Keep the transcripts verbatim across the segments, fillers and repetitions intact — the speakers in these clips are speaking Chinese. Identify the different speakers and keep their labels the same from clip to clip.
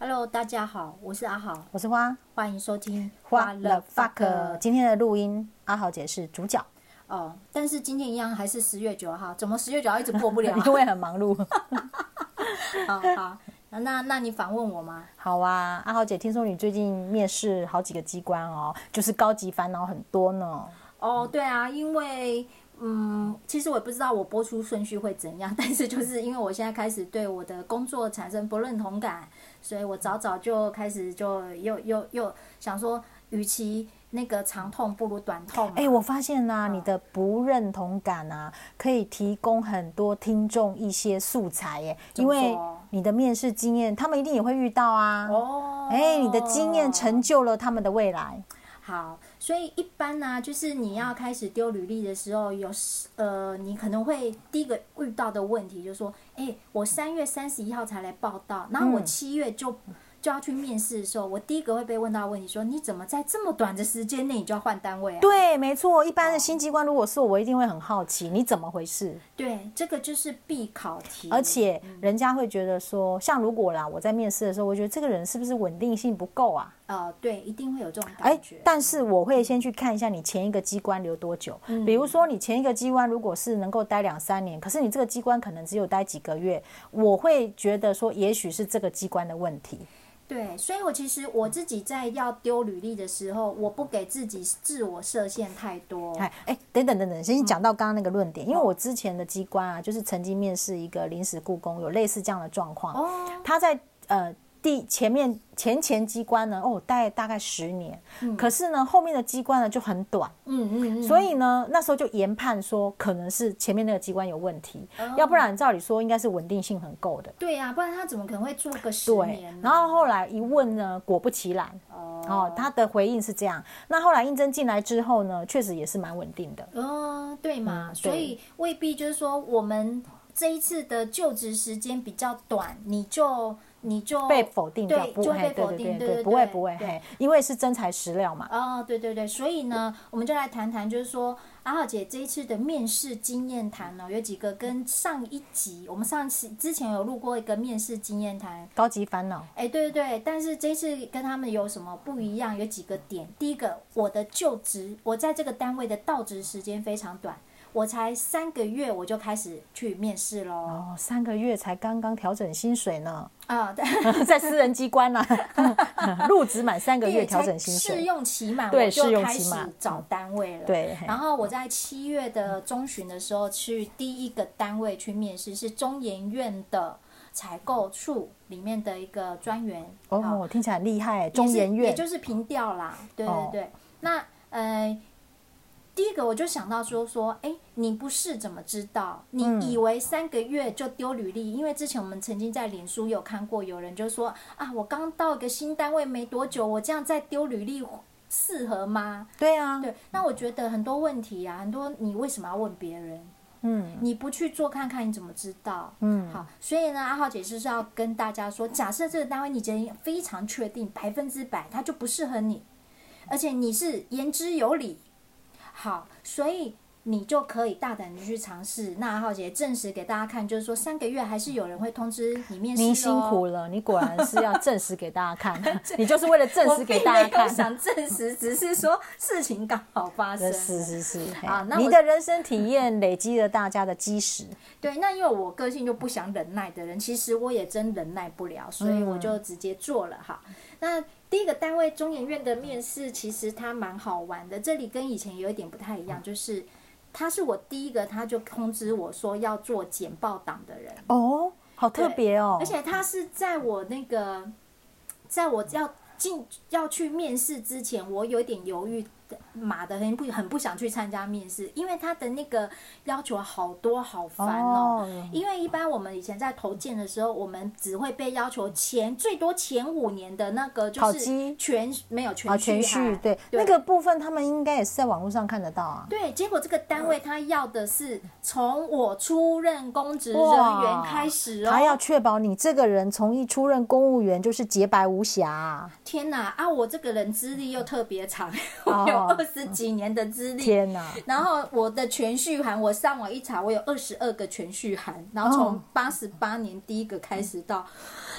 Speaker 1: Hello， 大家好，我是阿豪，
Speaker 2: 我是花，
Speaker 1: 欢迎收听
Speaker 2: 花了 fuck。今天的录音，阿豪姐是主角
Speaker 1: 哦，但是今天一样还是十月九号，怎么十月九号一直过不了？
Speaker 2: 因为很忙碌。
Speaker 1: 好好，那那你反问我吗？
Speaker 2: 好啊，阿豪姐，听说你最近面试好几个机关哦，就是高级烦恼很多呢。
Speaker 1: 哦，对啊，因为。嗯，其实我也不知道我播出顺序会怎样，但是就是因为我现在开始对我的工作产生不认同感，所以我早早就开始就又又又想说，与其那个长痛不如短痛。
Speaker 2: 哎、欸，我发现啊、嗯，你的不认同感啊，可以提供很多听众一些素材耶，因为你的面试经验，他们一定也会遇到啊。哦，哎、欸，你的经验成就了他们的未来。
Speaker 1: 好，所以一般呢、啊，就是你要开始丢履历的时候，有呃，你可能会第一个遇到的问题就是说，哎，我三月三十一号才来报到，然后我七月就、嗯、就要去面试的时候，我第一个会被问到的问题说，你怎么在这么短的时间内你就要换单位啊？
Speaker 2: 对，没错，一般的新机关如果是我，我一定会很好奇，你怎么回事？
Speaker 1: 对，这个就是必考题，
Speaker 2: 而且人家会觉得说，像如果啦，我在面试的时候，我觉得这个人是不是稳定性不够啊？
Speaker 1: 呃，对，一定会有这种感觉。
Speaker 2: 但是我会先去看一下你前一个机关留多久。嗯、比如说你前一个机关如果是能够待两三年，可是你这个机关可能只有待几个月，我会觉得说，也许是这个机关的问题。
Speaker 1: 对，所以我其实我自己在要丢履历的时候，我不给自己自我设限太多。
Speaker 2: 哎哎，等等等等，先讲到刚刚那个论点、嗯，因为我之前的机关啊，就是曾经面试一个临时雇工，有类似这样的状况。哦，他在呃。第前面前前机关呢，哦，大概大概十年、嗯，可是呢，后面的机关呢就很短，嗯嗯嗯，所以呢，那时候就研判说，可能是前面那个机关有问题，哦、要不然照理说应该是稳定性很够的。
Speaker 1: 对呀、啊，不然他怎么可能会做个十年呢？
Speaker 2: 对，然后后来一问呢，果不其然，哦，哦他的回应是这样。那后来应征进来之后呢，确实也是蛮稳定的。
Speaker 1: 哦，对嘛、嗯，所以未必就是说我们这一次的就职时间比较短，你就。你就
Speaker 2: 被否定掉，
Speaker 1: 对，就会被否定，对对对，
Speaker 2: 不会不会，嘿，因为是真材实料嘛。
Speaker 1: 哦，对对对，所以呢，我们就来谈谈，就是说阿浩姐这一次的面试经验谈哦，有几个跟上一集我们上次之前有录过一个面试经验谈，
Speaker 2: 高级烦恼。
Speaker 1: 哎，对对对，但是这次跟他们有什么不一样？有几个点，第一个，我的就职，我在这个单位的到职时间非常短。我才三个月我就开始去面试咯。
Speaker 2: 哦，三个月才刚刚调整薪水呢。
Speaker 1: 啊、哦，
Speaker 2: 在私人机关啦、啊，入职满三个月调整薪水，
Speaker 1: 试用期满
Speaker 2: 对，
Speaker 1: 我就开始找单位了。
Speaker 2: 对，
Speaker 1: 然后我在七月的中旬的时候去第一个单位去面试，是中研院的采购处里面的一个专员。
Speaker 2: 哦，哦听起来很厉害，中研院
Speaker 1: 也就是平调啦。对对对，哦、那呃。第一个我就想到说说，哎，你不试怎么知道？你以为三个月就丢履历？因为之前我们曾经在脸书有看过，有人就说啊，我刚到一个新单位没多久，我这样再丢履历适合吗？
Speaker 2: 对啊，
Speaker 1: 对。那我觉得很多问题啊，很多你为什么要问别人？嗯，你不去做看看，你怎么知道？嗯，好，所以呢，阿浩姐就是要跟大家说，假设这个单位你觉得非常确定，百分之百它就不适合你，而且你是言之有理。好，所以你就可以大胆的去尝试。那阿浩姐证实给大家看，就是说三个月还是有人会通知你面试。
Speaker 2: 您辛苦了，你果然是要证实给大家看，你就是为了证实给大家看。
Speaker 1: 我并没有想证实，只是说事情刚好发生。
Speaker 2: 是是是
Speaker 1: 啊，那
Speaker 2: 你的人生体验累积了大家的基石。
Speaker 1: 对，那因为我个性就不想忍耐的人，其实我也真忍耐不了，所以我就直接做了哈。嗯、那第一个单位中研院的面试，其实它蛮好玩的。这里跟以前有一点不太一样，就是他是我第一个，他就通知我说要做简报档的人。
Speaker 2: 哦，好特别哦！
Speaker 1: 而且他是在我那个，在我要进要去面试之前，我有点犹豫。马的很不很不想去参加面试，因为他的那个要求好多好烦哦。哦因为一般我们以前在投件的时候，我们只会被要求前最多前五年的那个就是全没有全
Speaker 2: 序、啊、全序对，对那个部分他们应该也是在网络上看得到啊。
Speaker 1: 对，结果这个单位他要的是从我出任公职人员开始哦，
Speaker 2: 他要确保你这个人从一出任公务员就是洁白无瑕、啊。
Speaker 1: 天哪啊！我这个人资历又特别长。哦有二十几年的资历，
Speaker 2: 天哪！
Speaker 1: 然后我的全序函，我上网一查，我有二十二个全序函，然后从八十八年第一个开始到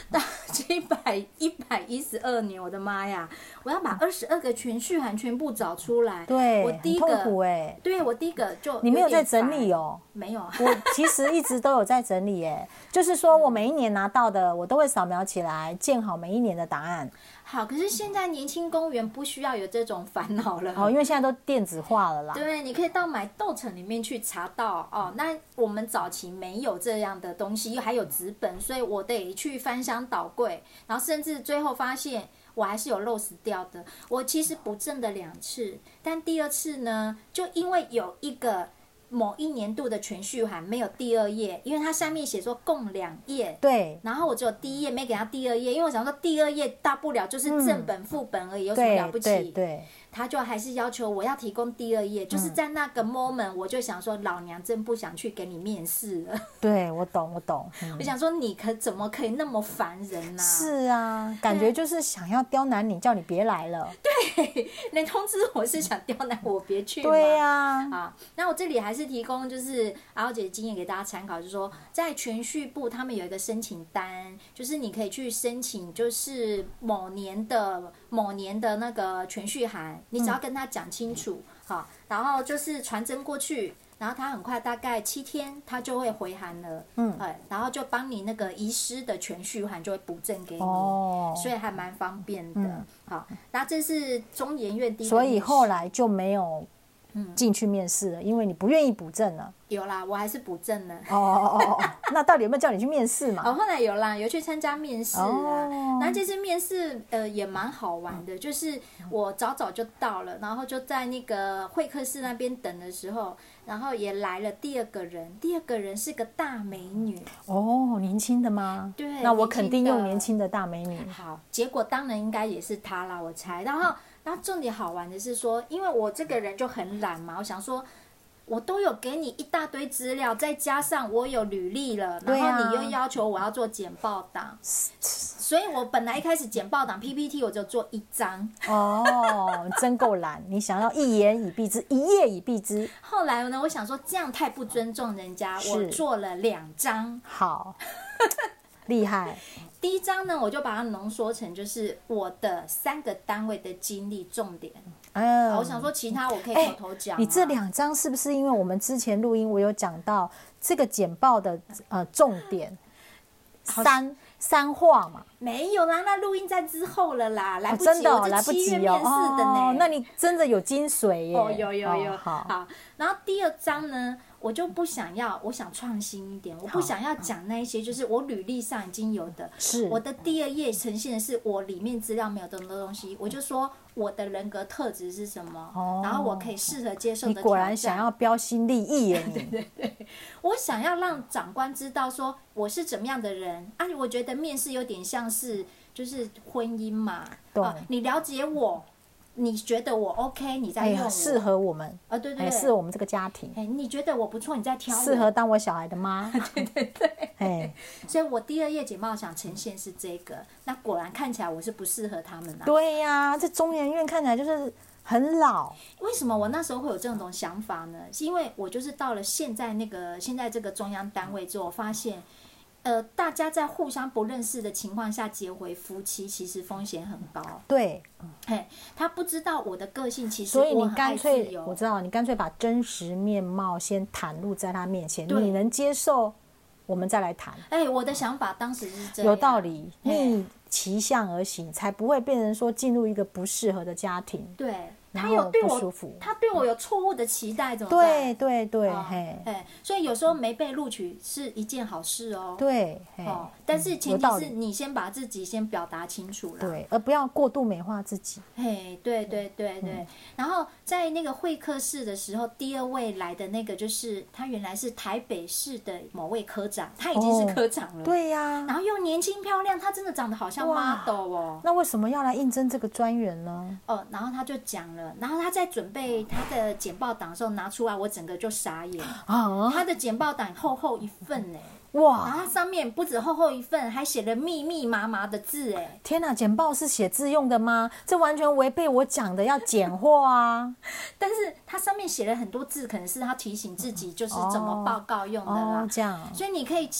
Speaker 1: 到七百一百一十二年，我的妈呀！我要把二十二个全序函全部找出来。
Speaker 2: 对，
Speaker 1: 我第一个
Speaker 2: 很痛苦哎、欸。
Speaker 1: 对，我第一个就
Speaker 2: 你没有在整理哦？
Speaker 1: 没有，
Speaker 2: 我其实一直都有在整理哎、欸，就是说我每一年拿到的，我都会扫描起来，建好每一年的档案。
Speaker 1: 好，可是现在年轻公务员不需要有这种烦恼了
Speaker 2: 哦，因为现在都电子化了啦。
Speaker 1: 对，你可以到买豆城里面去查到哦。那我们早期没有这样的东西，还有纸本，所以我得去翻箱倒柜，然后甚至最后发现我还是有漏死掉的。我其实补正了两次，但第二次呢，就因为有一个某一年度的全序函没有第二页，因为它上面写说共两页，
Speaker 2: 对，
Speaker 1: 然后我只有第一页没给他第二页，因为我想说第二页大不了就是正本副本而已，嗯、有什么了不起？
Speaker 2: 对对对，
Speaker 1: 他就还是要求我要提供第二页，嗯、就是在那个 moment 我就想说，老娘真不想去给你面试了。
Speaker 2: 对，我懂，我懂。
Speaker 1: 嗯、我想说，你可怎么可以那么烦人呢、啊？
Speaker 2: 是啊，感觉就是想要刁难你，叫你别来了。
Speaker 1: 对，你通知我是想刁难我别去吗？
Speaker 2: 对呀、啊。
Speaker 1: 啊，那我这里还是提供就是阿豪姐的经验给大家参考，就是说在全序部他们有一个申请单，就是你可以去申请，就是某年的某年的那个全序函。你只要跟他讲清楚，好、嗯，然后就是传真过去，然后他很快大概七天他就会回函了，嗯，哎，然后就帮你那个遗失的全序函就会补正给你，哦，所以还蛮方便的，嗯、好，那这是中研院第一个，
Speaker 2: 所以后来就没有进去面试了，因为你不愿意补正了。
Speaker 1: 有啦，我还是补正了。
Speaker 2: 哦哦哦哦，那到底有没有叫你去面试嘛？
Speaker 1: 哦，后来有啦，有去参加面试啊。哦、那这次面试呃也蛮好玩的，就是我早早就到了，然后就在那个会客室那边等的时候，然后也来了第二个人，第二个人是个大美女。
Speaker 2: 哦，年轻的吗？
Speaker 1: 对，
Speaker 2: 那我肯定用年轻的大美女。
Speaker 1: 好，结果当然应该也是她啦，我猜。然后，然后重点好玩的是说，因为我这个人就很懒嘛，我想说。我都有给你一大堆资料，再加上我有履历了，然后你又要求我要做简报档，所以我本来一开始简报档 P P T 我就做一张。
Speaker 2: 哦，真够懒！你想要一言以蔽之，一夜以蔽之。
Speaker 1: 后来呢，我想说这样太不尊重人家，我做了两张。
Speaker 2: 好，厉害。
Speaker 1: 第一章呢，我就把它浓缩成就是我的三个单位的经历重点。嗯，我想说其他我可以口头讲、啊欸。
Speaker 2: 你这两章是不是因为我们之前录音我有讲到这个简报的呃重点三三话嘛？
Speaker 1: 没有啦，那录音在之后了啦，来不及，
Speaker 2: 哦、真的、哦、
Speaker 1: 我
Speaker 2: 来不及
Speaker 1: 面试的呢、
Speaker 2: 哦。那你真的有精髓耶！
Speaker 1: 哦，有有有，
Speaker 2: 哦、好。
Speaker 1: 好，然后第二章呢？我就不想要，我想创新一点，我不想要讲那一些，就是我履历上已经有的。
Speaker 2: 是。
Speaker 1: 我的第二页呈现的是我里面资料没有这么多东西，我就说我的人格特质是什么，哦、然后我可以适合接受的挑战。
Speaker 2: 你果然想要标新立异耶！
Speaker 1: 对对对，我想要让长官知道说我是怎么样的人啊！我觉得面试有点像是就是婚姻嘛，
Speaker 2: 对、
Speaker 1: 啊，你了解我。你觉得我 OK， 你在用我，
Speaker 2: 适、哎、合我们
Speaker 1: 啊，对对对，
Speaker 2: 适合我们这个家庭。
Speaker 1: 哎，你觉得我不错，你在挑我，
Speaker 2: 适合当我小孩的妈。
Speaker 1: 对对对，哎，所以我第二页简报想呈现是这个，那果然看起来我是不适合他们啊。
Speaker 2: 对呀、啊，这中研院看起来就是很老。
Speaker 1: 为什么我那时候会有这种想法呢？是因为我就是到了现在那个现在这个中央单位之后，我发现。呃，大家在互相不认识的情况下结为夫妻，其实风险很高。
Speaker 2: 对，
Speaker 1: 嘿，他不知道我的个性，其实
Speaker 2: 所以你干脆，
Speaker 1: 我
Speaker 2: 我知道你干脆把真实面貌先袒露在他面前，你能接受，我们再来谈。
Speaker 1: 哎、欸，我的想法当时是这样，
Speaker 2: 有道理，逆其向而行，才不会变成说进入一个不适合的家庭。
Speaker 1: 对。他有对我，他对我有错误的期待，怎么办？
Speaker 2: 对对对，哦、嘿，
Speaker 1: 嘿，所以有时候没被录取是一件好事哦。
Speaker 2: 对，
Speaker 1: 哦，但是前提是你先把自己先表达清楚了，
Speaker 2: 对，而不要过度美化自己。
Speaker 1: 嘿，对对对对。嗯、然后在那个会客室的时候，第二位来的那个就是他原来是台北市的某位科长，他已经是科长了。
Speaker 2: 哦、对呀、啊。
Speaker 1: 然后又年轻漂亮，他真的长得好像 model 哦。
Speaker 2: 那为什么要来应征这个专员呢？
Speaker 1: 哦，然后他就讲了。然后他在准备他的简报档的时候拿出来，我整个就傻眼啊！他的简报档厚厚一份呢，哇！然后它上面不止厚厚一份，还写了密密麻麻的字哎！
Speaker 2: 天哪，简报是写字用的吗？这完全违背我讲的要简化啊！
Speaker 1: 但是它上面写了很多字，可能是他提醒自己就是怎么报告用的啦。
Speaker 2: 哦哦、这样，
Speaker 1: 所以你可以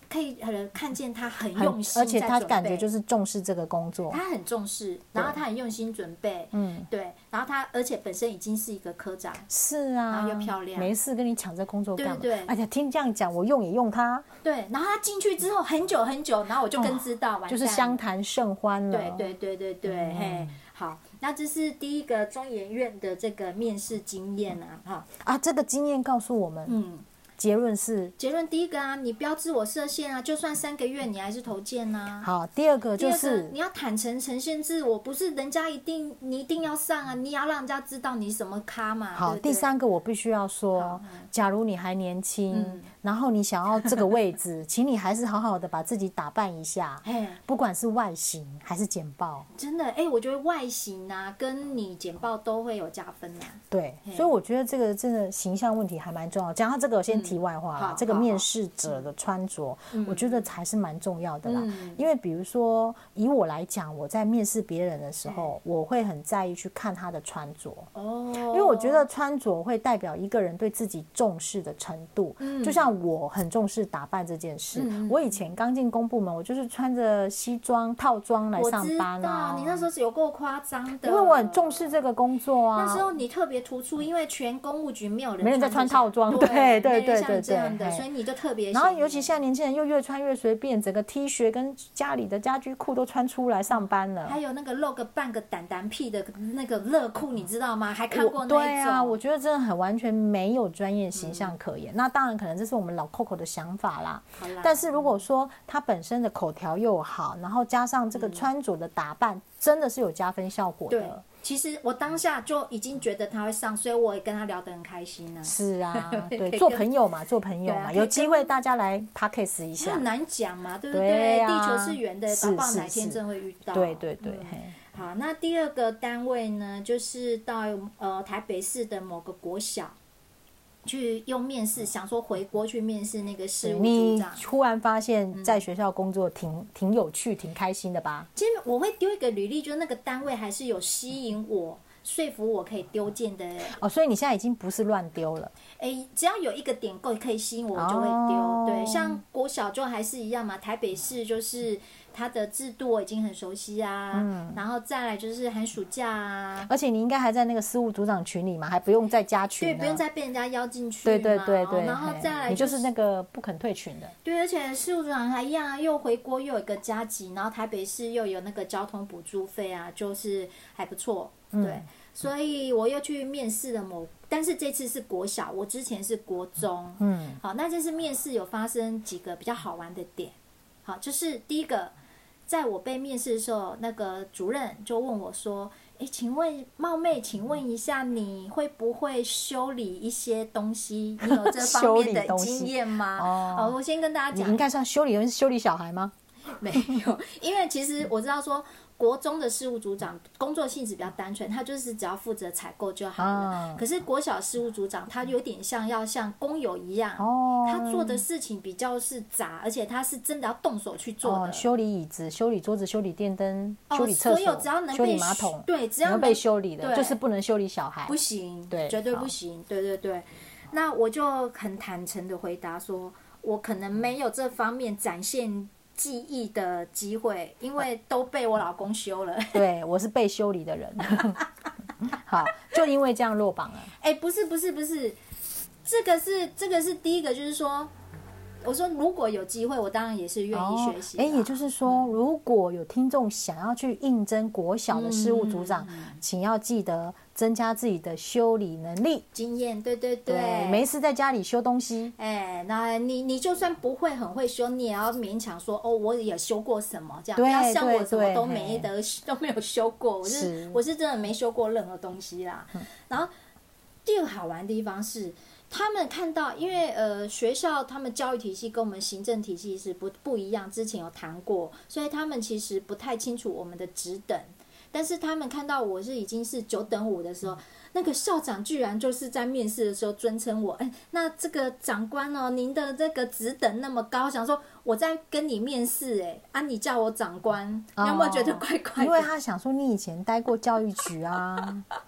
Speaker 1: 可以呃看见他很用心，
Speaker 2: 而且他感觉就是重视这个工作，
Speaker 1: 他很重视，然后他很用心准备，嗯，对，然后他而且本身已经是一个科长，
Speaker 2: 是啊，
Speaker 1: 然后又漂亮，
Speaker 2: 没事跟你抢这工作干嘛？
Speaker 1: 对对，
Speaker 2: 而且听这样讲，我用也用他，
Speaker 1: 对，然后他进去之后很久很久，然后我就更知道，哦、
Speaker 2: 就是相谈甚欢了，
Speaker 1: 对对对对对，嗯、嘿，好，那这是第一个中研院的这个面试经验啊，哈
Speaker 2: 啊，这个经验告诉我们，嗯。结论是，
Speaker 1: 结论第一个啊，你不要自我设限啊，就算三个月你还是投件啊。
Speaker 2: 好，第二个就是
Speaker 1: 你要坦诚呈现自我，不是人家一定你一定要上啊，你要让人家知道你什么咖嘛。
Speaker 2: 好，
Speaker 1: 对对
Speaker 2: 第三个我必须要说，假如你还年轻、嗯，然后你想要这个位置，请你还是好好的把自己打扮一下，不管是外形还是简报。
Speaker 1: 真的，哎、欸，我觉得外形啊，跟你简报都会有加分啊。
Speaker 2: 对，所以我觉得这个真的形象问题还蛮重要。讲到这个，我先。题外话啦，这个面试者的穿着，我觉得还是蛮重要的啦。因为比如说，以我来讲，我在面试别人的时候，我会很在意去看他的穿着。哦，因为我觉得穿着会代表一个人对自己重视的程度。就像我很重视打扮这件事，我以前刚进公部门，我就是穿着西装套装来上班啊。
Speaker 1: 我知道，你那时候是有够夸张的，
Speaker 2: 因为我很重视这个工作啊。
Speaker 1: 那时候你特别突出，因为全公务局没有人
Speaker 2: 没人在穿套装，对对对。
Speaker 1: 像这样的，所以你就特别。
Speaker 2: 然后尤其现在年轻人又越穿越随便，整个 T 恤跟家里的家居裤都穿出来上班了。
Speaker 1: 还有那个露个半个胆胆屁的那个热裤，你知道吗？还看过那一种。
Speaker 2: 对啊，我觉得真的很完全没有专业形象可言。嗯、那当然可能这是我们老 Coco 的想法啦。
Speaker 1: 好啦。
Speaker 2: 但是如果说他本身的口条又好，然后加上这个穿着的打扮，嗯、真的是有加分效果的。
Speaker 1: 对。其实我当下就已经觉得他会上，所以我也跟他聊得很开心了。
Speaker 2: 是啊，对，做朋友嘛，做朋友嘛，啊、有机会大家来 podcast 一下。
Speaker 1: 很难讲嘛，对不对？对啊、地球是圆的，搞不好哪天真会遇到。
Speaker 2: 对对对。嗯、
Speaker 1: 好，那第二个单位呢，就是到呃台北市的某个国小。去用面试，想说回国去面试那个事务组长。
Speaker 2: 你突然发现，在学校工作挺、嗯、挺有趣、挺开心的吧？
Speaker 1: 其实我会丢一个履历，就是那个单位还是有吸引我、说服我可以丢件的。
Speaker 2: 哦，所以你现在已经不是乱丢了。
Speaker 1: 哎，只要有一个点够可以吸引我，我就会丢。哦、对，像国小就还是一样嘛，台北市就是它的制度我已经很熟悉啊。嗯。然后再来就是寒暑假啊。
Speaker 2: 而且你应该还在那个事务组长群里嘛，还不用再加群。
Speaker 1: 对，不用再被人家邀进去嘛。
Speaker 2: 对对对对。
Speaker 1: 然后再来、就是，
Speaker 2: 你就是那个不肯退群的。
Speaker 1: 对，而且事务组长还一样啊，又回国又有一个加级，然后台北市又有那个交通补助费啊，就是还不错。对。嗯，所以我又去面试了某，但是这次是国小，我之前是国中。嗯，好，那这次面试有发生几个比较好玩的点。好，就是第一个，在我被面试的时候，那个主任就问我说：“哎，请问冒昧请问一下，你会不会修理一些东西？你有这方面的经验吗？”哦，好，我先跟大家讲，
Speaker 2: 你应该算修理人是修理小孩吗？
Speaker 1: 没有，因为其实我知道说。国中的事务组长工作性质比较单纯，他就是只要负责采购就好了。啊、可是国小事务组长他有点像要像工友一样，哦、他做的事情比较是杂，而且他是真的要动手去做的。哦、
Speaker 2: 修理椅子、修理桌子、修理电灯、哦、修理厕所、
Speaker 1: 所有只要能被
Speaker 2: 修理马桶，
Speaker 1: 对，只要
Speaker 2: 能被修理的，就是不能修理小孩，
Speaker 1: 不行，
Speaker 2: 对，
Speaker 1: 绝对不行。对对对，那我就很坦诚的回答说，我可能没有这方面展现。记忆的机会，因为都被我老公修了。
Speaker 2: 对，我是被修理的人。好，就因为这样落榜了。
Speaker 1: 哎、欸，不是不是不是，这个是这个是第一个，就是说，我说如果有机会，我当然也是愿意学习。
Speaker 2: 哎、哦欸，也就是说、嗯，如果有听众想要去应征国小的事务组长，嗯、请要记得。增加自己的修理能力、
Speaker 1: 经验，对对 对, 对，
Speaker 2: 没事在家里修东西。
Speaker 1: 哎，那你你就算不会很会修，你也要勉强说哦，我也修过什么这样，不要像我什么都没得都没有修过，我是, 是我是真的没修过任何东西啦。嗯、然后第二个好玩的地方是，他们看到，因为呃学校他们教育体系跟我们行政体系是不不一样，之前有谈过，所以他们其实不太清楚我们的职等。但是他们看到我是已经是九等五的时候，那个校长居然就是在面试的时候尊称我，哎，那这个长官哦，您的这个职等那么高，想说我在跟你面试，哎，啊，你叫我长官，哦、你有没有觉得怪怪的？
Speaker 2: 因为他想说你以前待过教育局啊。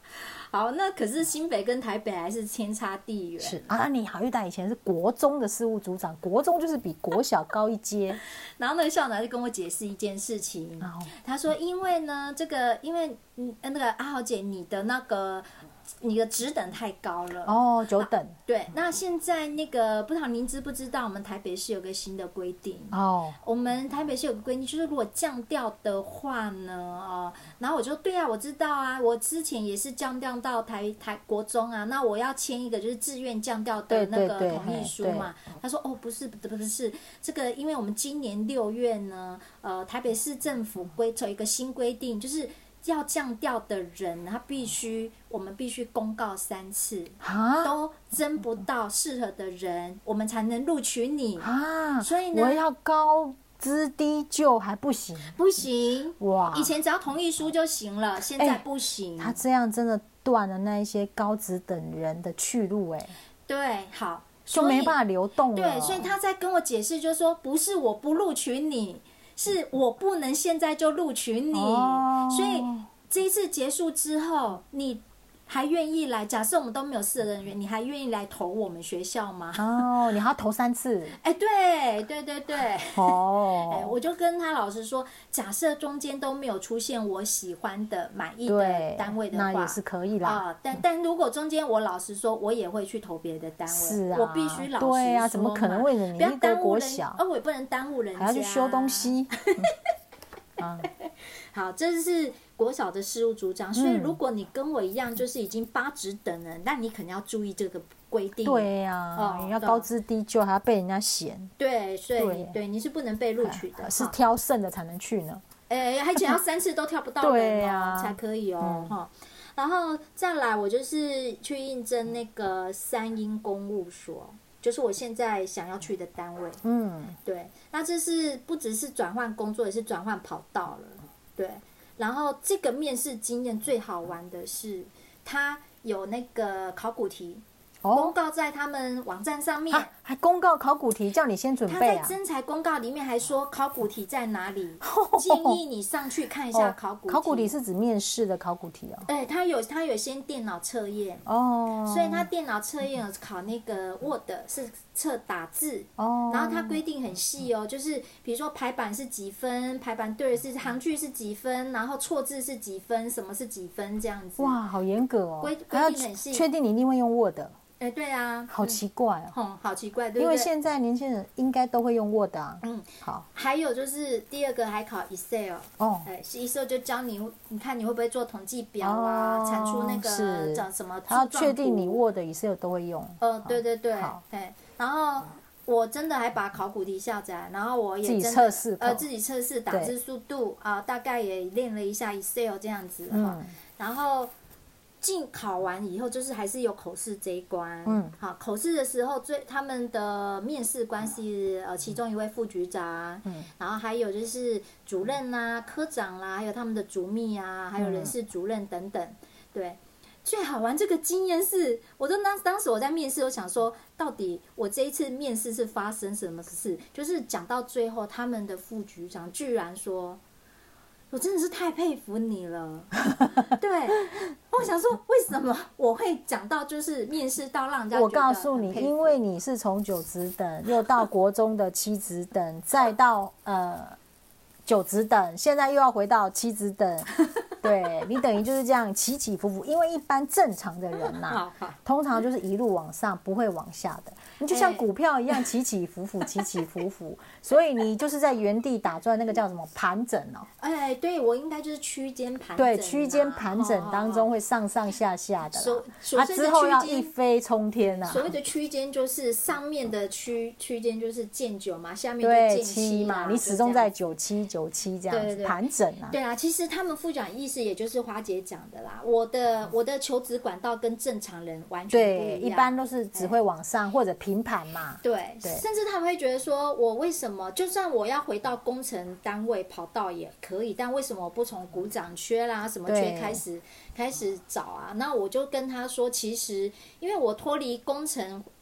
Speaker 1: 好，那可是新北跟台北还是天差地远。
Speaker 2: 是啊，你好，玉达以前是国中的事务组长，国中就是比国小高一阶。
Speaker 1: 然后那个校长就跟我解释一件事情，哦、他说因为呢，这个因为嗯那个阿豪姐你的那个。你的职等太高了
Speaker 2: 哦，九等、啊。
Speaker 1: 对，那现在那个不知道您知不知道，我们台北市有个新的规定哦。我们台北市有个规定，就是如果降调的话呢，哦，然后我就对啊，我知道啊，我之前也是降调到台台国中啊，那我要签一个就是自愿降调的那个同意书嘛。他说哦，不是，不是，不是这个，因为我们今年六月呢，呃，台北市政府规有一个新规定，就是。要降调的人，他必须，我们必须公告三次，都征不到适合的人，我们才能录取你啊。所以呢，
Speaker 2: 我要高资低就还不行，
Speaker 1: 不行哇！以前只要同意书就行了，现在不行。
Speaker 2: 欸、他这样真的断了那一些高职等人的去路、欸，哎，
Speaker 1: 对，好，
Speaker 2: 就没办法流动了。
Speaker 1: 对，所以他在跟我解释，就是说，不是我不录取你。是我不能现在就录取你，哦、所以这一次结束之后，你还愿意来？假设我们都没有适合的人员，你还愿意来投我们学校吗？
Speaker 2: 哦，你还要投三次？
Speaker 1: 哎、欸，对对对对，哦，哎、欸，我就跟他老师说，假设中间都没有出现我喜欢的、满意的单位的话，
Speaker 2: 那也是可以啦。啊、
Speaker 1: 呃，但但如果中间我老实说，我也会去投别的单位，
Speaker 2: 是啊，
Speaker 1: 我必须老实说，
Speaker 2: 对啊，怎么可能为了你一个国小，
Speaker 1: 哦，我也不能耽误人家，
Speaker 2: 还要去修东西。
Speaker 1: 嗯，好，这是国小的事务组长，所以如果你跟我一样，就是已经八职等了，那你肯定要注意这个规定。
Speaker 2: 对呀、啊，你、哦、要高资低就还要被人家嫌。
Speaker 1: 对，所以 对, 对你是不能被录取的，
Speaker 2: 是挑剩的才能去呢。
Speaker 1: 哎，而且要三次都挑不到人哦、啊、才可以哦，哈、嗯。然后再来，我就是去应征那个三英公务所。就是我现在想要去的单位，嗯，对，那这是不只是转换工作，也是转换跑道了，对。然后这个面试经验最好玩的是，它有那个考古题。公告在他们网站上面，
Speaker 2: 啊、还公告考古题，叫你先准备啊。
Speaker 1: 他在征才公告里面还说考古题在哪里，建议你上去看一下考古题。
Speaker 2: 哦、考古题是指面试的考古题哦。
Speaker 1: 哎、欸，他有他有先电脑测验哦，所以他电脑测验考那个 Word 是测打字哦，然后他规定很细哦，就是比如说排版是几分，排版对是行距是几分，然后错字是几分，什么是几分这样子。
Speaker 2: 哇，好严格哦，
Speaker 1: 规规定很细，
Speaker 2: 确定你一定会用 Word。
Speaker 1: 哎、欸，对啊，
Speaker 2: 好奇怪哦，
Speaker 1: 嗯，好奇怪，对不对？
Speaker 2: 因为现在年轻人应该都会用 Word 啊。嗯，好。
Speaker 1: 还有就是第二个还考 Excel 哦，哎、欸、，Excel 就教你，你看你会不会做统计表啊，产、哦、出那个叫什么？
Speaker 2: 他要确定你 Word、Excel 都会用。
Speaker 1: 呃，对对对，对。然后我真的还把考古题下载，然后我也真的
Speaker 2: 自己测试，
Speaker 1: 呃，自己测试打字速度啊、呃，大概也练了一下 Excel 这样子。嗯，然后。进考完以后，就是还是有口试这一关。嗯，好，口试的时候，最他们的面试官是呃其中一位副局长，嗯，然后还有就是主任啦、科长啦，还有他们的主秘啊，还有人事主任等等。对，最好玩这个经验是，我就当当时我在面试，我想说，到底我这一次面试是发生什么事？就是讲到最后，他们的副局长居然说。我真的是太佩服你了，对，我想说为什么我会讲到就是面试到让人家觉得
Speaker 2: 我告诉你，因为你是从九职等又到国中的七职等，再到呃九职等，现在又要回到七职等，对你等于就是这样起起伏伏。因为一般正常的人呐、啊，通常就是一路往上，不会往下的。你就像股票一样起起伏伏，起起伏伏，所以你就是在原地打转，那个叫什么盘整哦？
Speaker 1: 哎，对，我应该就是区间盘整、啊。
Speaker 2: 对，区间盘整当中会上上下下的，
Speaker 1: 所
Speaker 2: 啊，之后要一飞冲天啊！
Speaker 1: 所谓的区间就是上面的区区间就是见九嘛，下面就见
Speaker 2: 七嘛，你始终在九七九七这样子
Speaker 1: 对对对
Speaker 2: 盘整啊。
Speaker 1: 对啊，其实他们副长意思也就是花姐讲的啦，我的我的求职管道跟正常人完全不一样，
Speaker 2: 对，一般都是只会往上或者平盘嘛。
Speaker 1: 对，对，甚至他们会觉得说，我为什么就算我要回到工程单位跑道也可以，但为什么我不从股长缺啦、什么缺开始开始找啊？那我就跟他说，其实因为我脱离工程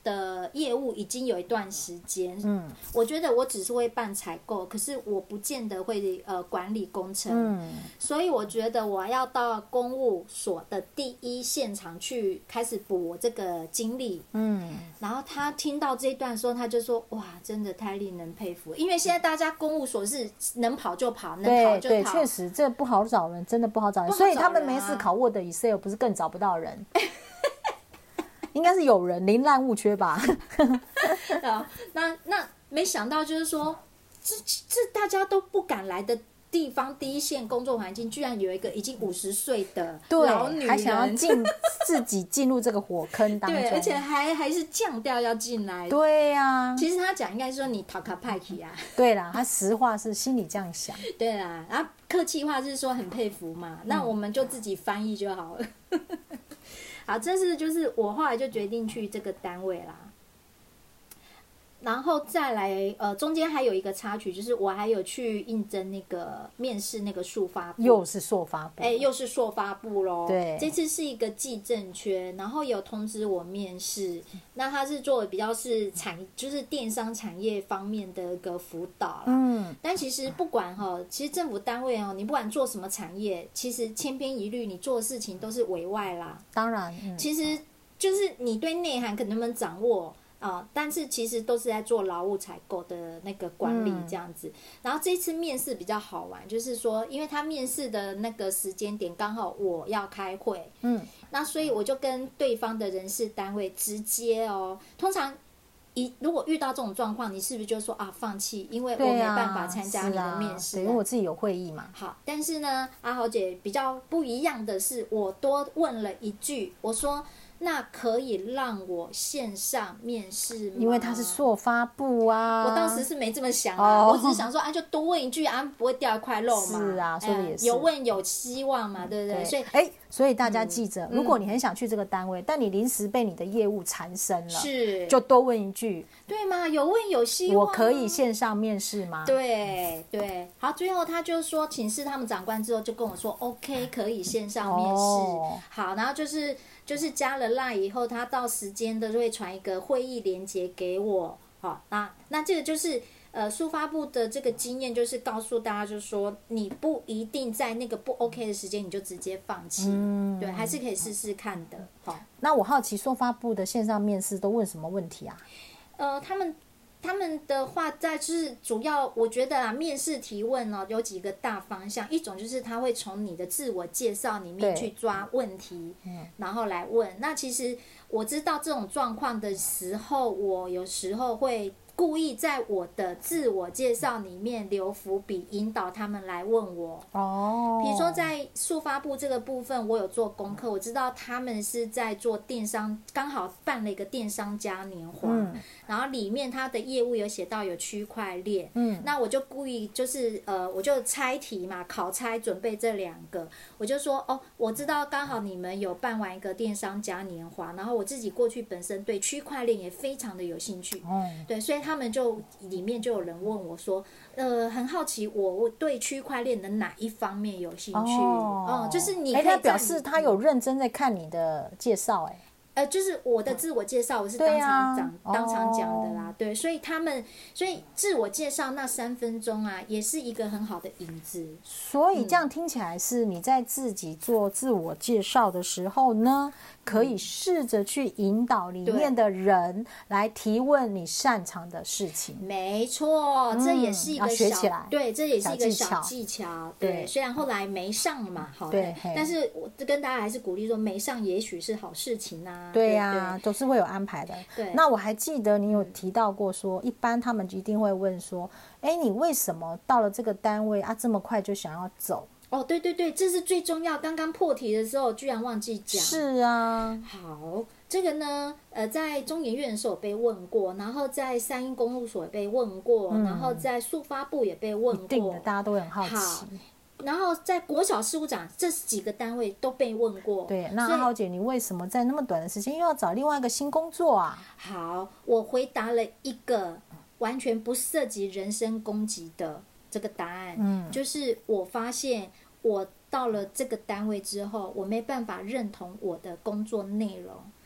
Speaker 1: 的业务已经有一段时间，嗯，我觉得我只是会办采购，可是我不见得会呃管理工程，嗯，所以我觉得我要到公务所的第一现场去开始补我这个经历，嗯，然后他听到这一段的时候，他就说哇，真的太令人佩服，因为现在大家公务所是能跑就跑，能跑就跑，
Speaker 2: 对对，确实这不好找人，真的不好找人，
Speaker 1: 啊、
Speaker 2: 所以他们没事考 Word Excel 不是更找不到人。应该是有人宁滥勿缺吧。
Speaker 1: 那那没想到就是说，这这大家都不敢来的地方，第一线工作环境，居然有一个已经五十岁的老女人，
Speaker 2: 还想要进自己进入这个火坑当中，
Speaker 1: 对，而且还还是降调要进来。
Speaker 2: 对呀、啊，
Speaker 1: 其实他讲应该是说你讨卡派去啊。
Speaker 2: 对啦，他实话是心里这样想。
Speaker 1: 对啦，然后客气话是说很佩服嘛，那我们就自己翻译就好了。好，这是就是我后来就决定去这个单位啦，然后再来呃，中间还有一个插曲，就是我还有去应征那个面试那个速发部，
Speaker 2: 又是速发部，
Speaker 1: 哎、欸，又是速发部咯。
Speaker 2: 对，
Speaker 1: 这次是一个技正缺，然后有通知我面试，那他是做的比较是产，就是电商产业方面的一个辅导啦。嗯，但其实不管哈，其实政府单位哦，你不管做什么产业，其实千篇一律，你做的事情都是委外啦。
Speaker 2: 当然，嗯、
Speaker 1: 其实就是你对内涵可能能不能掌握。啊、呃，但是其实都是在做劳务采购的那个管理这样子。嗯、然后这次面试比较好玩，就是说，因为他面试的那个时间点刚好我要开会，嗯，那所以我就跟对方的人事单位直接哦，通常一如果遇到这种状况，你是不是就说啊放弃，因为我没办法参加你的面试、啊
Speaker 2: 啊，因为我自己有会议嘛。
Speaker 1: 好，但是呢，阿豪姐比较不一样的是，我多问了一句，我说。那可以让我线上面试吗？
Speaker 2: 因为他是速发部啊。
Speaker 1: 我当时是没这么想啊，哦、我只是想说啊，就多问一句啊，不会掉一块肉嘛。
Speaker 2: 是啊，说的也是、
Speaker 1: 嗯。有问有希望嘛，对不对？
Speaker 2: 对
Speaker 1: 所以，
Speaker 2: 哎，所以大家记着、嗯，如果你很想去这个单位，嗯、但你临时被你的业务缠身了，
Speaker 1: 是，
Speaker 2: 就多问一句，
Speaker 1: 对吗？有问有希望，
Speaker 2: 我可以线上面试吗？
Speaker 1: 对对，好，最后他就说请示他们长官之后，就跟我说 OK， 可以线上面试。哦、好，然后就是。就是加了 LINE 以后，他到时间的就会传一个会议连结给我，好，那那这个就是呃速发部的这个经验，就是告诉大家，就是说你不一定在那个不 OK 的时间你就直接放弃，嗯、对，还是可以试试看的。好，
Speaker 2: 那我好奇速发部的线上面试都问什么问题啊？
Speaker 1: 呃，他们。他们的话在就是主要，我觉得啊，面试提问哦有几个大方向，一种就是他会从你的自我介绍里面去抓问题，然后来问。那其实我知道这种状况的时候，我有时候会故意在我的自我介绍里面留伏笔，引导他们来问我。哦，比如说在速发部这个部分，我有做功课，我知道他们是在做电商，刚好办了一个电商嘉年华，嗯、然后里面他的业务有写到有区块链，嗯，那我就故意就是呃，我就猜题嘛，考猜准备这两个，我就说哦，我知道刚好你们有办完一个电商嘉年华，然后我自己过去本身对区块链也非常的有兴趣，嗯，对，所以他们就里面就有人问我说，呃，很好奇我对区块链的哪一方面有兴趣？哦、嗯，就是你可以
Speaker 2: 他表示他有认真在看你的介绍，哎。
Speaker 1: 呃，就是我的自我介绍，我是当场讲、啊、当场讲的啦，对，所以他们，所以自我介绍那三分钟啊，也是一个很好的引子。
Speaker 2: 所以这样听起来是你在自己做自我介绍的时候呢，可以试着去引导里面的人来提问你擅长的事情。
Speaker 1: 没错，嗯、这也是一个小
Speaker 2: 学起来，
Speaker 1: 对，这也是一个小技巧。对，对虽然后来没上嘛，好，对，但是我跟大家还是鼓励说，没上也许是好事情啊。
Speaker 2: 对呀、啊，都是会有安排的。
Speaker 1: 对，
Speaker 2: 那我还记得你有提到过说，一般他们一定会问说，哎，你为什么到了这个单位啊，这么快就想要走？
Speaker 1: 哦，对对对，这是最重要。刚刚破题的时候，居然忘记讲。
Speaker 2: 是啊。
Speaker 1: 好，这个呢，呃，在中研院的时候有被问过，然后在三英公路所也被问过，嗯、然后在速发部也被问过。
Speaker 2: 一定的，大家都会很好奇。
Speaker 1: 好然后在国小事务长这几个单位都被问过。
Speaker 2: 对，那阿豪姐，你为什么在那么短的时间又要找另外一个新工作啊？
Speaker 1: 好，我回答了一个完全不涉及人身攻击的这个答案，嗯，就是我发现我到了这个单位之后，我没办法认同我的工作内容，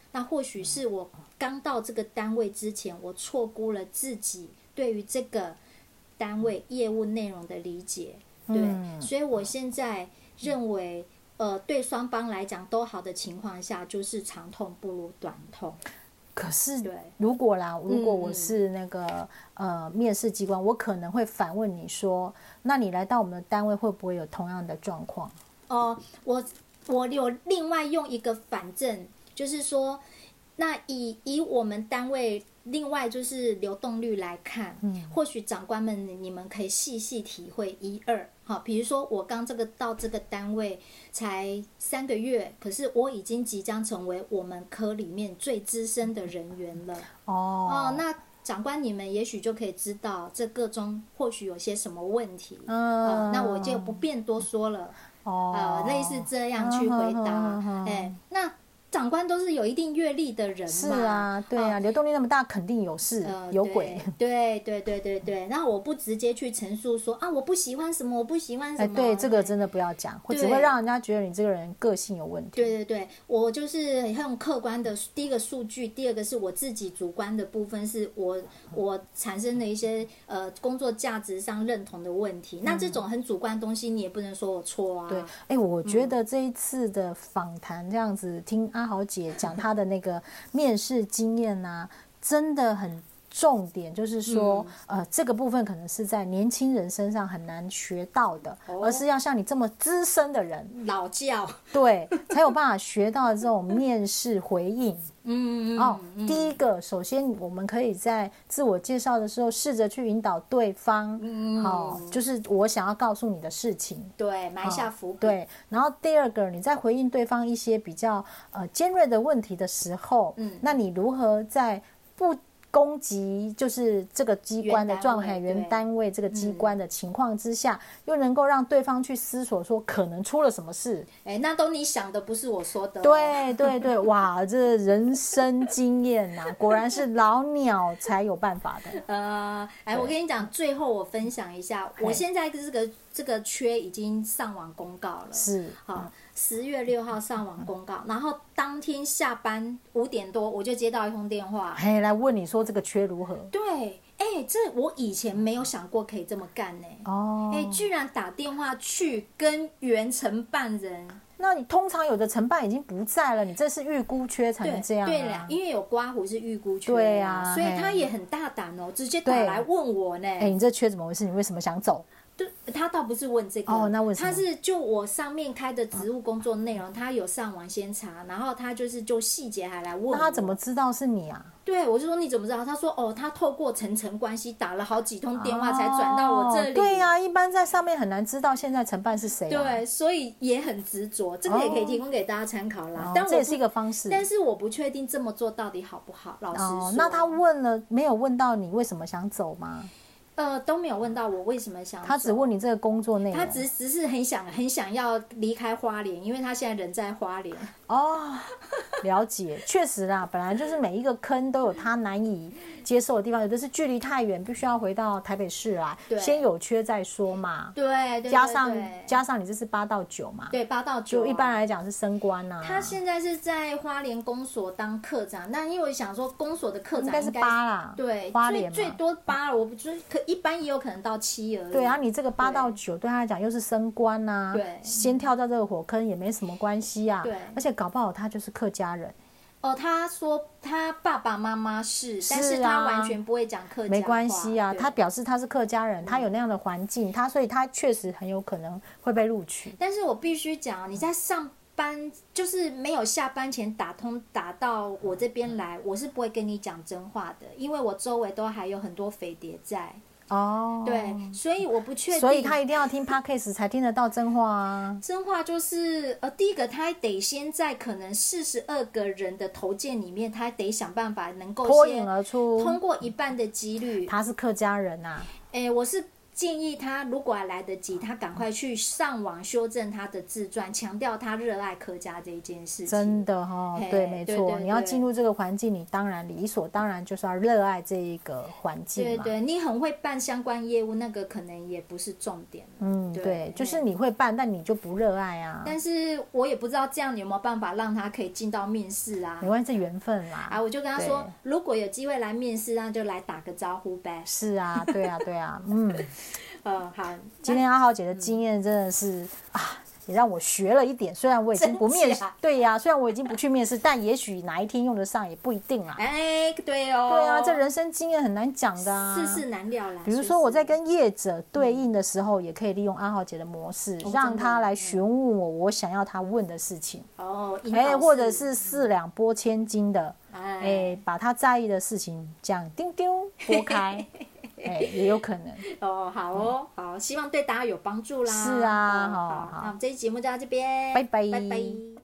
Speaker 1: 那或许是我刚到这个单位之前，我错估了自己对于这个单位业务内容的理解，对，嗯、所以我现在认为，呃，对双方来讲都好的情况下，就是长痛不如短痛。
Speaker 2: 可是，如果啦，如果我是那个、嗯、呃面试机关，我可能会反问你说，那你来到我们的单位会不会有同样的状况？
Speaker 1: 哦、呃，我我有另外用一个反证，就是说，那以以我们单位另外就是流动率来看，嗯，或许长官们你们可以细细体会一二。好，比如说我刚这个到这个单位才三个月，可是我已经即将成为我们科里面最资深的人员了。哦，哦，那长官你们也许就可以知道这个中或许有些什么问题。嗯、呃，那我就不便多说了。哦，呃，类似这样去回答。哎，那。长官都是有一定阅历的人嘛，
Speaker 2: 是啊，对啊，哦、流动力那么大，肯定有事、呃、有鬼。
Speaker 1: 对对对对对，然后我不直接去陈述说啊，我不喜欢什么，我不喜欢什么。
Speaker 2: 哎，对，这个真的不要讲，只会让人家觉得你这个人个性有问题。
Speaker 1: 对对对，我就是用客观的第一个数据，第二个是我自己主观的部分，是我我产生的一些呃工作价值上认同的问题。嗯、那这种很主观的东西，你也不能说我错啊。
Speaker 2: 对，哎，我觉得这一次的访谈这样子听。阿豪姐讲她的那个面试经验啊，真的很重点，就是说、嗯、呃，这个部分可能是在年轻人身上很难学到的、哦、而是要像你这么资深的人
Speaker 1: 老教
Speaker 2: 对才有办法学到这种面试回应。嗯哦，嗯第一个，首先我们可以在自我介绍的时候试着去引导对方，嗯，好、哦，就是我想要告诉你的事情，
Speaker 1: 对，埋下伏笔、哦。
Speaker 2: 对，然后第二个，你在回应对方一些比较呃尖锐的问题的时候，嗯，那你如何在不攻击就是这个机关的状态、原单位这个机关的情况之下、嗯、又能够让对方去思索说可能出了什么事？
Speaker 1: 哎，那都你想的，不是我说的、哦。
Speaker 2: 对对对，哇，这人生经验呐、啊，果然是老鸟才有办法的。
Speaker 1: 呃，哎，我跟你讲，最后我分享一下，我现在这个这个缺已经上网公告了，
Speaker 2: 是
Speaker 1: 好。十月六号上网公告，然后当天下班五点多我就接到一通电话，
Speaker 2: 嘿，来问你说这个缺如何？
Speaker 1: 对，哎，这我以前没有想过可以这么干呢。哦，哎，居然打电话去跟原承办人。
Speaker 2: 那你通常有的承办已经不在了，你这是预估缺才能这样、啊、
Speaker 1: 对啦，因为有刮胡是预估缺、啊，
Speaker 2: 对啊，
Speaker 1: 所以他也很大胆哦，直接打来问我呢。
Speaker 2: 哎，你这缺怎么回事？你为什么想走？
Speaker 1: 对，他倒不是问这个，
Speaker 2: 哦，那问什么？
Speaker 1: 他是就我上面开的职务工作内容，他有上网先查，然后他就是就细节还来问我。
Speaker 2: 那他怎么知道是你啊？
Speaker 1: 对，我就说你怎么知道？他说哦，他透过层层关系打了好几通电话才转到我这里。
Speaker 2: 哦、对呀、啊，一般在上面很难知道现在承办是谁、啊。
Speaker 1: 对，所以也很执着，这个也可以提供给大家参考啦。哦、但我
Speaker 2: 这也是一个方式，
Speaker 1: 但是我不确定这么做到底好不好。老实说，
Speaker 2: 哦、那他问了没有问到你为什么想走吗？
Speaker 1: 呃，都没有问到我为什么想走，
Speaker 2: 他只问你这个工作内容，
Speaker 1: 他只只是很想很想要离开花莲，因为他现在人在花莲。
Speaker 2: 哦，了解，确实啦，本来就是每一个坑都有他难以接受的地方，有的是距离太远，必须要回到台北市来，先有缺再说嘛。
Speaker 1: 对，对对对，
Speaker 2: 加上加上你这是八到九嘛，
Speaker 1: 对，八到九、啊，
Speaker 2: 就一般来讲是升官呐、啊。
Speaker 1: 他现在是在花莲公所当科长，那因为我想说公所的科长应
Speaker 2: 该是八啦，
Speaker 1: 对，
Speaker 2: 花莲
Speaker 1: 最最多八了，我不觉得可一般也有可能到七而已。
Speaker 2: 对啊，你这个八到九对他来讲又是升官呐、啊，
Speaker 1: 对，
Speaker 2: 先跳到这个火坑也没什么关系啊。
Speaker 1: 对，
Speaker 2: 而且搞不好他就是客家人。
Speaker 1: 哦，他说他爸爸妈妈是，是啊、但是他完全不会讲客家话。
Speaker 2: 没关系啊，他表示他是客家人，他有那样的环境，他所以他确实很有可能会被录取。
Speaker 1: 但是我必须讲，你在上班就是没有下班前打通打到我这边来，我是不会跟你讲真话的，因为我周围都还有很多匪谍在。哦，对，所以我不确定，
Speaker 2: 所以他一定要听 podcast 才听得到真话啊。
Speaker 1: 真话就是呃，第一个他得先在可能四十二个人的投件里面，他得想办法能够
Speaker 2: 脱颖而出，
Speaker 1: 通过一半的几率。
Speaker 2: 他是客家人啊，
Speaker 1: 哎，我是建议他如果还来得及，他赶快去上网修正他的自传，强调他热爱客家这一件事情。
Speaker 2: 真的哈、哦，对，没错。对对对，你要进入这个环境，你当然理所当然就是要热爱这一个环境嘛。
Speaker 1: 对对，你很会办相关业务，那个可能也不是重点。
Speaker 2: 嗯，对，对，就是你会办，但你就不热爱啊。
Speaker 1: 但是我也不知道这样有没有办法让他可以进到面试啊。
Speaker 2: 没关系，这缘分啦。
Speaker 1: 啊，我就跟他说，如果有机会来面试，那就来打个招呼呗。
Speaker 2: 是啊，对啊，对啊，嗯。
Speaker 1: 嗯，好。
Speaker 2: 今天阿浩姐的经验真的是、嗯、啊，也让我学了一点。虽然我已经不面试，对呀、啊，虽然我已经不去面试，但也许哪一天用得上也不一定啦。
Speaker 1: 哎，对哦。
Speaker 2: 对啊，这人生经验很难讲的啊，
Speaker 1: 世事难料啦。
Speaker 2: 比如说我在跟业者对应的时候，嗯、也可以利用阿浩姐的模式，嗯、让他来询问我我想要他问的事情。
Speaker 1: 哦，
Speaker 2: 哎，或者是四两拨千斤的，哎，把他在意的事情这样丢丢拨开。哎，也有可能
Speaker 1: 哦，好哦，好，希望对大家有帮助啦。
Speaker 2: 是啊，
Speaker 1: 好，好，好，那我们这期节目就到这边，
Speaker 2: 拜拜，
Speaker 1: 拜拜。